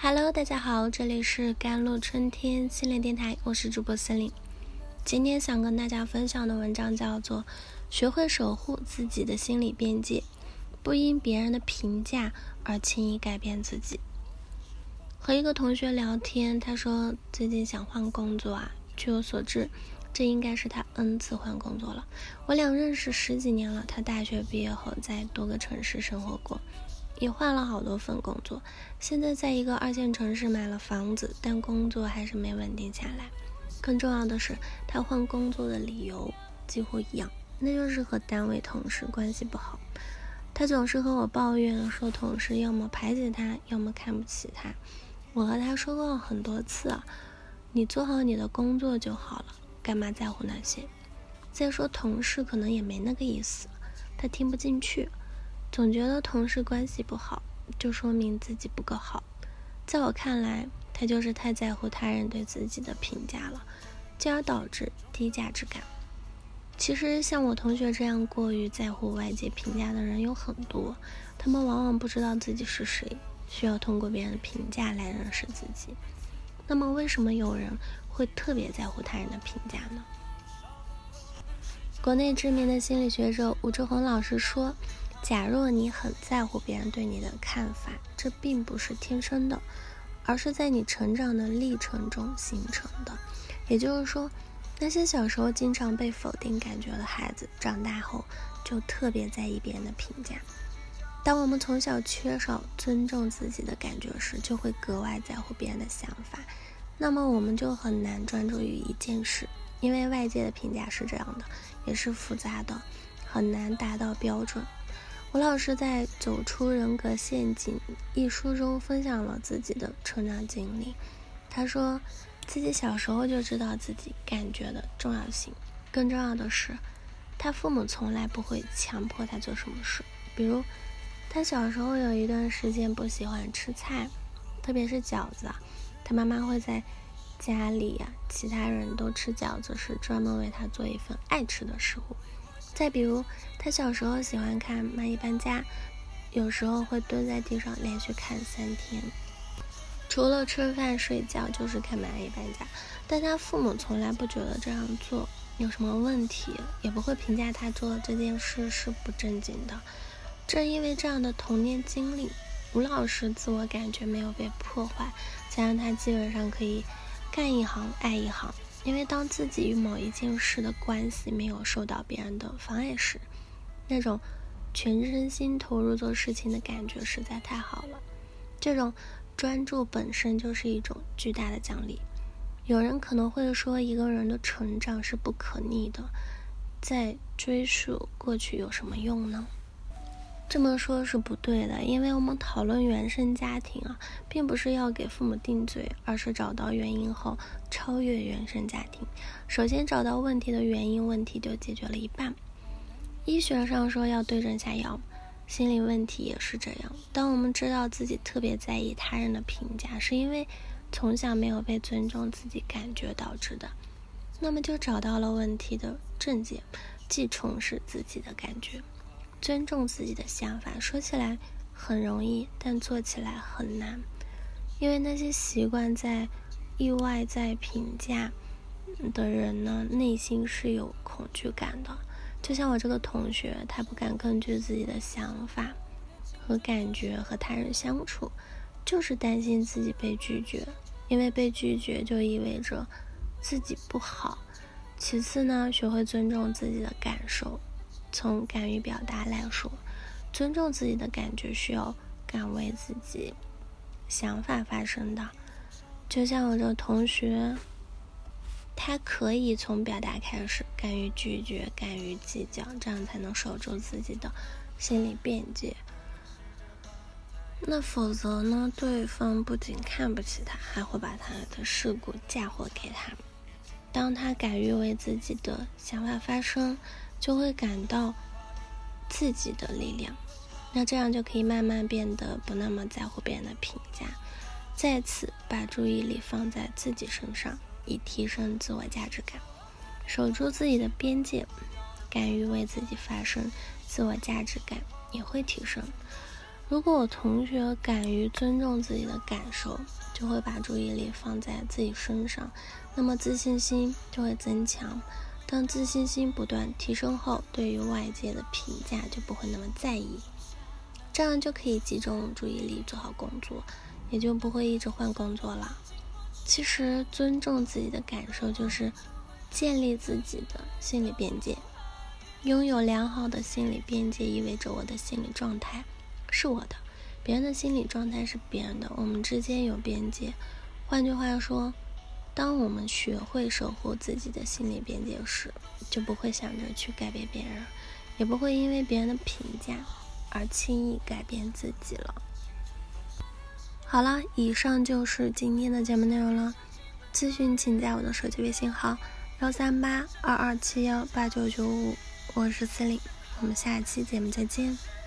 Hello， 大家好，这里是甘露春天心灵电台，我是主播森林。今天想跟大家分享的文章叫做学会守护自己的心理边界，不因别人的评价而轻易改变自己。和一个同学聊天，他说最近想换工作据我所知，这应该是他 N 次换工作了。我俩认识10几年了，他大学毕业后在多个城市生活过，也换了好多份工作，现在在一个2线城市买了房子，但工作还是没稳定下来。更重要的是，他换工作的理由几乎一样，那就是和单位同事关系不好。他总是和我抱怨，说同事要么排挤他，要么看不起他。我和他说过很多次你做好你的工作就好了，干嘛在乎那些？再说同事可能也没那个意思，他听不进去，总觉得同事关系不好，就说明自己不够好。在我看来，他就是太在乎他人对自己的评价了，进而导致低价值感。其实像我同学这样过于在乎外界评价的人有很多，他们往往不知道自己是谁，需要通过别人的评价来认识自己。那么为什么有人会特别在乎他人的评价呢？国内知名的心理学者吴志红老师说，假若你很在乎别人对你的看法，这并不是天生的，而是在你成长的历程中形成的。也就是说，那些小时候经常被否定感觉的孩子，长大后就特别在意别人的评价。当我们从小缺少尊重自己的感觉时，就会格外在乎别人的想法，那么我们就很难专注于一件事，因为外界的评价是这样的，也是复杂的，很难达到标准。吴老师在《走出人格陷阱》一书中分享了自己的成长经历。他说自己小时候就知道自己感觉的重要性，更重要的是，他父母从来不会强迫他做什么事。比如他小时候有一段时间不喜欢吃菜，特别是饺子他妈妈会在家里其他人都吃饺子时，专门为他做一份爱吃的食物。再比如他小时候喜欢看蚂蚁搬家，有时候会蹲在地上连续看3天，除了吃饭睡觉就是看蚂蚁搬家，但他父母从来不觉得这样做有什么问题，也不会评价他做这件事是不正经的。正因为这样的童年经历，吴老师自我感觉没有被破坏，才让他基本上可以干一行爱一行。因为当自己与某一件事的关系没有受到别人的妨碍时，那种全身心投入做事情的感觉实在太好了。这种专注本身就是一种巨大的奖励。有人可能会说，一个人的成长是不可逆的，再追溯过去有什么用呢？这么说是不对的，因为我们讨论原生家庭并不是要给父母定罪，而是找到原因后超越原生家庭。首先找到问题的原因，问题就解决了一半。医学上说要对症下药，心理问题也是这样。当我们知道自己特别在意他人的评价，是因为从小没有被尊重自己感觉导致的，那么就找到了问题的症结，即重视自己的感觉，尊重自己的想法。说起来很容易，但做起来很难，因为那些习惯在意外在评价的人呢，内心是有恐惧感的。就像我这个同学，他不敢根据自己的想法和感觉和他人相处，就是担心自己被拒绝，因为被拒绝就意味着自己不好。其次呢，学会尊重自己的感受。从敢于表达来说，尊重自己的感觉需要敢为自己想法发声的。就像我这个同学，他可以从表达开始，敢于拒绝，敢于计较，这样才能守住自己的心理边界。那否则呢，对方不仅看不起他，还会把他的事故嫁祸给他。当他敢于为自己的想法发声，就会感到自己的力量，那这样就可以慢慢变得不那么在乎别人的评价，再次把注意力放在自己身上，以提升自我价值感。守住自己的边界，敢于为自己发声，自我价值感也会提升。 如果同学敢于尊重自己的感受，就会把注意力放在自己身上，那么自信心就会增强。当自信心不断提升后，对于外界的评价就不会那么在意，这样就可以集中注意力做好工作，也就不会一直换工作了。其实尊重自己的感受就是建立自己的心理边界。拥有良好的心理边界意味着我的心理状态是我的，别人的心理状态是别人的，我们之间有边界。换句话说，当我们学会守护自己的心理边界时，就不会想着去改变别人，也不会因为别人的评价而轻易改变自己了。好了，以上就是今天的节目内容了。咨询请加我的手机微信号13822718995，我是司令，我们下期节目再见。